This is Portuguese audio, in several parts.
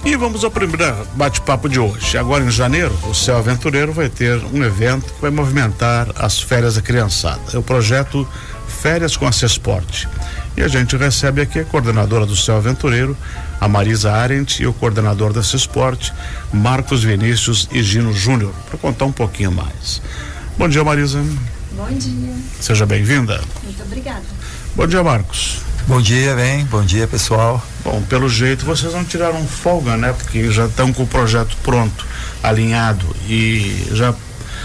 E vamos ao primeiro bate-papo de hoje. Agora em janeiro, o Céu Aventureiro vai ter um evento que vai movimentar as férias da criançada. É o projeto Férias com a Cesporte. E a gente recebe aqui a coordenadora do Céu Aventureiro, a Marisa Arendt, e o coordenador da Cesporte, Marcos Vinícius e Gino Júnior, para contar um pouquinho mais. Bom dia, Marisa. Bom dia. Seja bem-vinda. Muito obrigada. Bom dia, Marcos. Bom dia, bom dia, pessoal. Bom, pelo jeito vocês não tiraram folga, né? Porque já estão com o projeto pronto, alinhado e já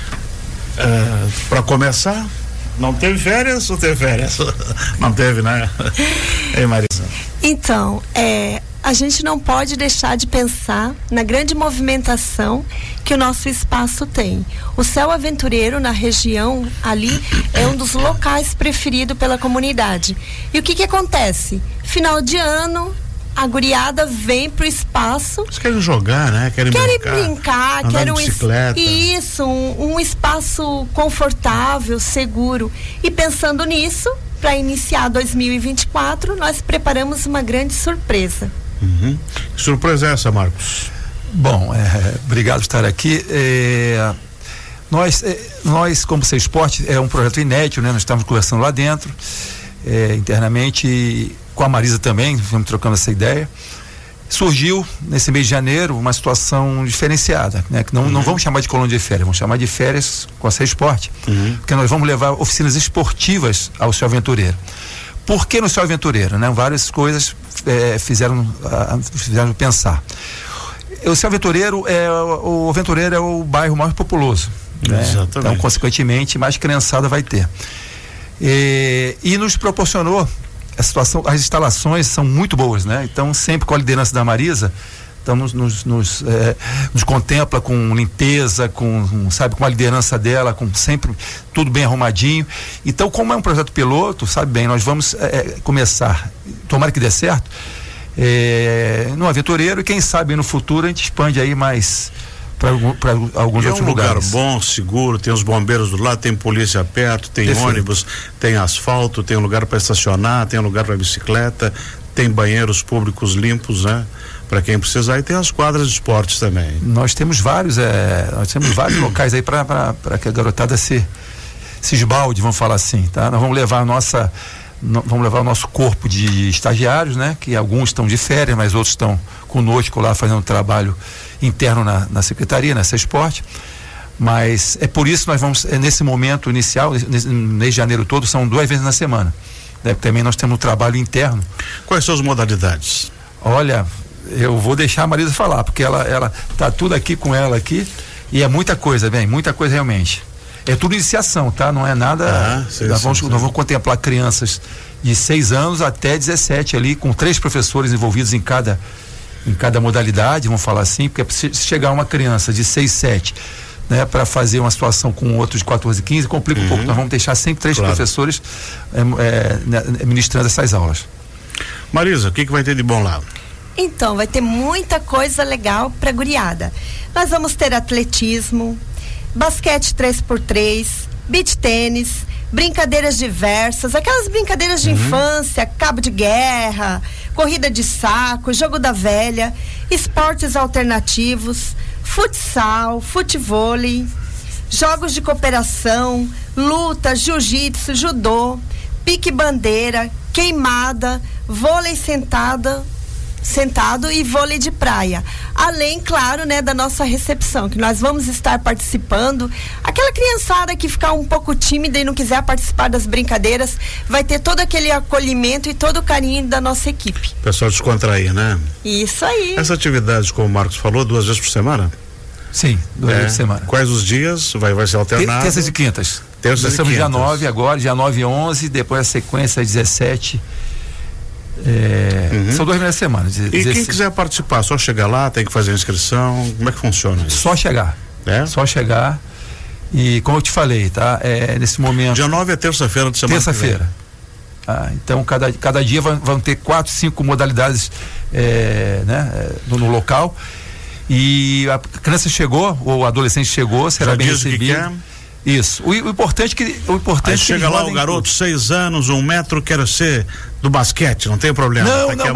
para começar, não teve férias ou teve férias? Não teve, né? Ei, Marisa. Então, a gente não pode deixar de pensar na grande movimentação que o nosso espaço tem. O Céu Aventureiro, na região ali, é um dos locais preferidos pela comunidade. E o que acontece? Final de ano, a guriada vem pro espaço. Eles querem jogar, né? Querem brincar, querem bicicleta. Isso, um espaço confortável, seguro. E pensando nisso, para iniciar 2024, nós preparamos uma grande surpresa. Uhum. Que surpresa é essa, Marcos? Bom, obrigado por estar aqui. Nós como Cesporte, é um projeto inédito, né? Nós estamos conversando lá dentro, internamente, com a Marisa também, vamos trocando essa ideia. Surgiu nesse mês de janeiro uma situação diferenciada, né? Que não vamos chamar de colônia de férias, vamos chamar de férias com a Cesporte, porque nós vamos levar oficinas esportivas ao Céu Aventureiro. Por que no Céu Aventureiro, né? Várias coisas fizeram pensar. O Céu Aventureiro o Aventureiro é o bairro mais populoso, né? Exatamente. Então, consequentemente, mais criançada vai ter. E nos proporcionou a situação, as instalações são muito boas, né? Então, sempre com a liderança da Marisa, então nos contempla com limpeza, com a liderança dela, com sempre tudo bem arrumadinho. Então, como é um projeto piloto, sabe bem, nós vamos começar, tomara que dê certo, no Aventureiro, e quem sabe no futuro a gente expande aí mais para alguns outros lugares. É um lugar bom, seguro, tem os bombeiros do lado, tem polícia perto, tem ônibus, tem asfalto, tem um lugar para estacionar, tem um lugar para bicicleta, tem banheiros públicos limpos, né? Para quem precisar, e tem as quadras de esportes também. Nós temos vários vários locais aí para que a garotada se esbalde, vamos falar assim, tá? Nós vamos levar o nosso corpo de estagiários, né? Que alguns estão de férias, mas outros estão conosco lá fazendo trabalho interno na secretaria, na Cesporte. Mas é por isso que nós vamos, nesse momento inicial, nesse mês de janeiro todo, são 2 vezes na semana, né? Também nós temos um trabalho interno. Quais são as modalidades? Olha, eu vou deixar a Marisa falar, porque ela tá tudo aqui com ela aqui, e é muita coisa realmente. É tudo iniciação, tá? Não é nada. Nós vamos contemplar crianças de 6 anos até 17 ali, com 3 professores envolvidos em cada modalidade, vamos falar assim, porque se chegar uma criança de 6, 7, né, para fazer uma situação com outro de 14, 15, complica um pouco. Nós vamos deixar sempre 3 professores ministrando essas aulas. Marisa, o que vai ter de bom lá? Então, vai ter muita coisa legal para guriada. Nós vamos ter atletismo, basquete 3x3, beach tênis, brincadeiras diversas, aquelas brincadeiras de infância, cabo de guerra, corrida de saco, jogo da velha, esportes alternativos, futsal, futevôlei, jogos de cooperação, luta, jiu-jitsu, judô, pique-bandeira, queimada, vôlei sentado e vôlei de praia. Além, claro, né, da nossa recepção, que nós vamos estar participando. Aquela criançada que ficar um pouco tímida e não quiser participar das brincadeiras, vai ter todo aquele acolhimento e todo o carinho da nossa equipe. Pessoal descontrair, né? Isso aí. Essa atividade, como o Marcos falou, 2 vezes por semana? Sim, 2 vezes por semana. Quais os dias? Vai ser alternado? Terças e quintas. Terças e quintas. Dia 9 agora, dia 9 e 11, depois a sequência 17. São 2 meses da semana. E quem quiser participar, só chegar lá, tem que fazer a inscrição, como é que funciona isso? Só chegar. Só chegar. E como eu te falei, tá? Nesse momento. Dia 9 é terça-feira de semana. Terça-feira. Então cada dia vão ter 4, 5 modalidades no local. E a criança chegou, ou o adolescente chegou, será bem recebido. Isso. O importante Aí chega lá o garoto, 6 anos, 1 metro, quero ser do basquete, não tem problema.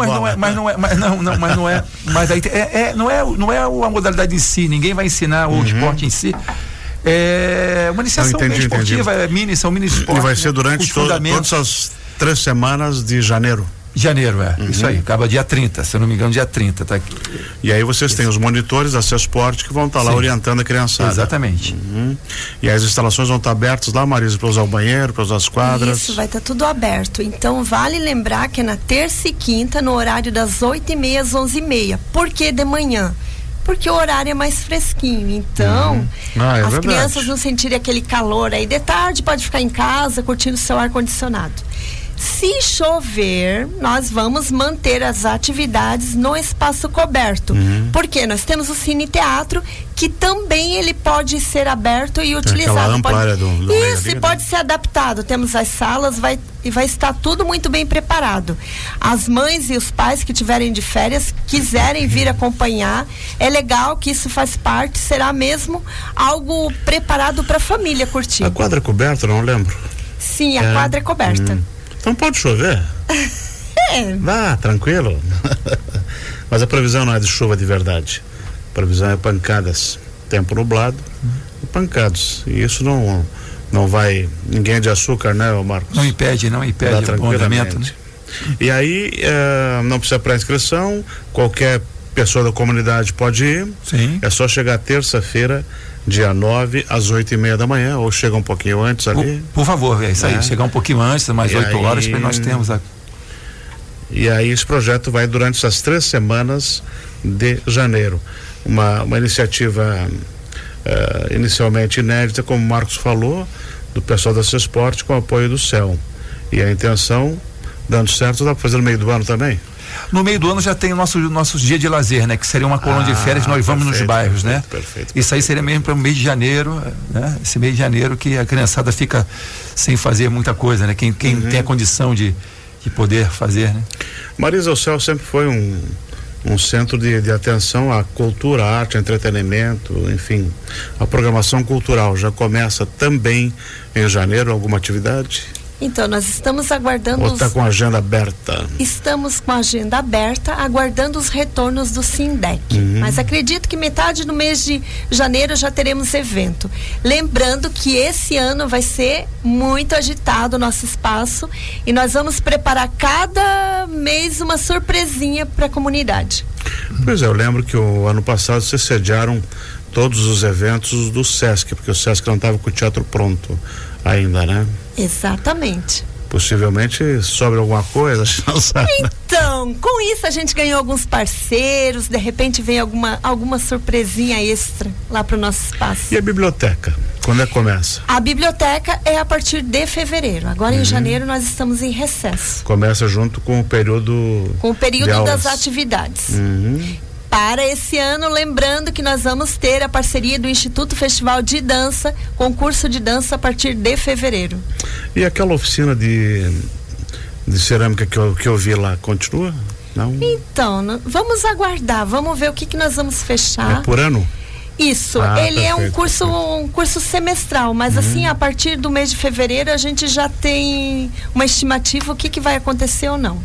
Mas aí não é a modalidade em si, ninguém vai ensinar o esporte em si. É uma iniciação esportiva, são mini esportes. E vai ser durante todas as 3 semanas de janeiro. Isso aí, acaba dia 30, se eu não me engano, dia 30, tá aqui. E aí vocês têm os monitores da CESPORT que vão estar lá orientando a criançada. Exatamente. E as instalações vão estar abertas lá, Marisa, para usar o banheiro, para usar as quadras. Isso, vai estar tudo aberto. Então vale lembrar que é na terça e quinta, no horário das 8h30 às 11h30. Por que de manhã? Porque o horário é mais fresquinho, então as crianças não sentirem aquele calor aí de tarde, pode ficar em casa curtindo seu ar-condicionado. Se chover, nós vamos manter as atividades no espaço coberto, porque nós temos o Cine Teatro, que também ele pode ser aberto e utilizado. Isso, e pode ser adaptado. Temos as salas, vai estar tudo muito bem preparado. As mães e os pais que tiverem de férias, quiserem vir acompanhar, é legal que isso faz parte, será mesmo algo preparado para a família curtir. A quadra é coberta, não lembro. Sim, a quadra é coberta. Então pode chover. Tranquilo. Mas a previsão não é de chuva de verdade. A previsão é pancadas. Tempo nublado e pancadas. E isso não vai. Ninguém é de açúcar, né, Marcos? Não impede o andamento, né? E aí não precisa pré-inscrição. Qualquer pessoa da comunidade pode ir. Sim. É só chegar terça-feira, dia 9, às 8h30 da manhã, ou chega um pouquinho antes ali. Por favor, é isso aí, chegar um pouquinho antes, mais 8 horas, para nós termos E aí esse projeto vai durante essas 3 semanas de janeiro. Uma iniciativa inicialmente inédita, como o Marcos falou, do pessoal da CESPORT, com o apoio do CEL. E a intenção, dando certo, dá para fazer no meio do ano também? No meio do ano já tem o nosso dia de lazer, né? Que seria uma colônia de férias, nós vamos nos bairros, né? Perfeito. Isso aí seria mesmo para o mês de janeiro, né? Esse mês de janeiro que a criançada fica sem fazer muita coisa, né? Quem tem a condição de poder fazer, né? Marisa, o CEL sempre foi um centro de atenção à cultura, à arte, entretenimento, enfim, a programação cultural já começa também em janeiro, alguma atividade? Então, nós estamos aguardando... Ou está com a agenda aberta? Estamos com a agenda aberta, aguardando os retornos do Sindec. Mas acredito que metade do mês de janeiro já teremos evento. Lembrando que esse ano vai ser muito agitado o nosso espaço e nós vamos preparar cada mês uma surpresinha para a comunidade. Pois é, eu lembro que o ano passado vocês sediaram todos os eventos do SESC, porque o SESC não estava com o teatro pronto ainda, né? Exatamente. Possivelmente sobre alguma coisa, não sabe. Então, com isso a gente ganhou alguns parceiros, de repente vem alguma surpresinha extra lá para o nosso espaço. E a biblioteca? Quando é que começa? A biblioteca é a partir de fevereiro. Agora em janeiro nós estamos em recesso. Começa junto com o período. Com o período das atividades. Para esse ano, lembrando que nós vamos ter a parceria do Instituto Festival de Dança, concurso de dança a partir de fevereiro. E aquela oficina de cerâmica que eu vi lá, continua? Não? Então, vamos aguardar, vamos ver o que nós vamos fechar. É por ano? Isso, ele é um curso semestral, mas assim, a partir do mês de fevereiro a gente já tem uma estimativa o que vai acontecer ou não.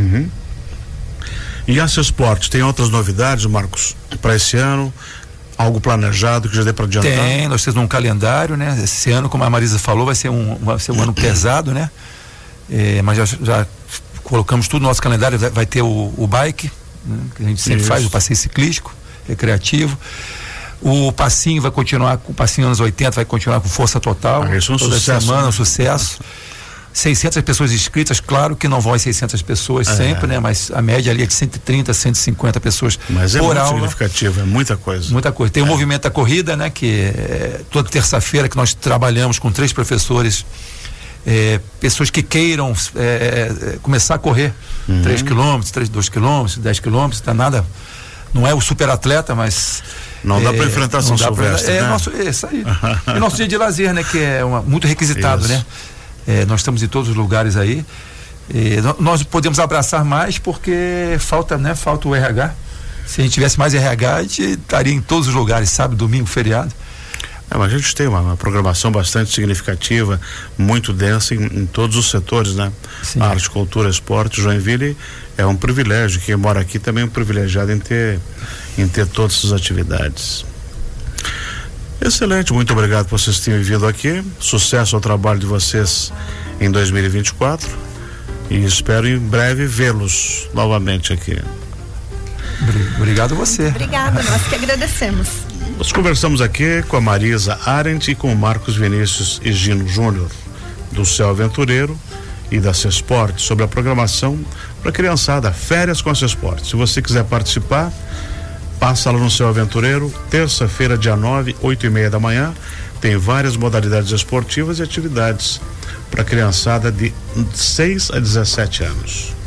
E a CESPORT, tem outras novidades, Marcos, para esse ano? Algo planejado que já dê para adiantar? Tem, nós temos um calendário, né? Esse ano, como a Marisa falou, vai ser um ano pesado, né? Mas já colocamos tudo no nosso calendário, vai ter o bike, né? Que a gente sempre faz, o passeio ciclístico, recreativo. O passinho vai continuar, o passinho anos 80 vai continuar com força total. Isso é um toda sucesso, semana, um sucesso. 600 pessoas inscritas, claro que não vão as 600 pessoas sempre, né? Mas a média ali é de 130, 150 pessoas mas por aula. Significativo, é muita coisa. Muita coisa. Tem o movimento da corrida, né? Que toda terça-feira que nós trabalhamos com 3 professores, pessoas que queiram começar a correr 3 quilômetros, 2 quilômetros, 10 quilômetros, tá nada, não é o super atleta, mas não dá para enfrentar São Silvestre, né? Isso aí. E nosso dia de lazer, né? Que é muito requisitado, né? Nós estamos em todos os lugares aí. Nós podemos abraçar mais porque falta o RH. Se a gente tivesse mais RH, a gente estaria em todos os lugares, sábado, domingo, feriado. Mas a gente tem uma programação bastante significativa, muito densa em todos os setores, né? Sim. Arte, cultura, esporte. Joinville é um privilégio, quem mora aqui também é um privilegiado em ter todas essas atividades. Excelente, muito obrigado por vocês terem vindo aqui, sucesso ao trabalho de vocês em 2024 e espero em breve vê-los novamente aqui. Obrigado a você. Obrigada, nós que agradecemos. Nós conversamos aqui com a Marisa Arendt e com o Marcos Vinícius Higino Júnior, do Céu Aventureiro e da Cesporte, sobre a programação para a criançada, Férias com a Cesporte. Se você quiser participar, passa lá no Céu Aventureiro, terça-feira, dia 9, 8:30 da manhã. Tem várias modalidades esportivas e atividades para a criançada de 6 a 17 anos.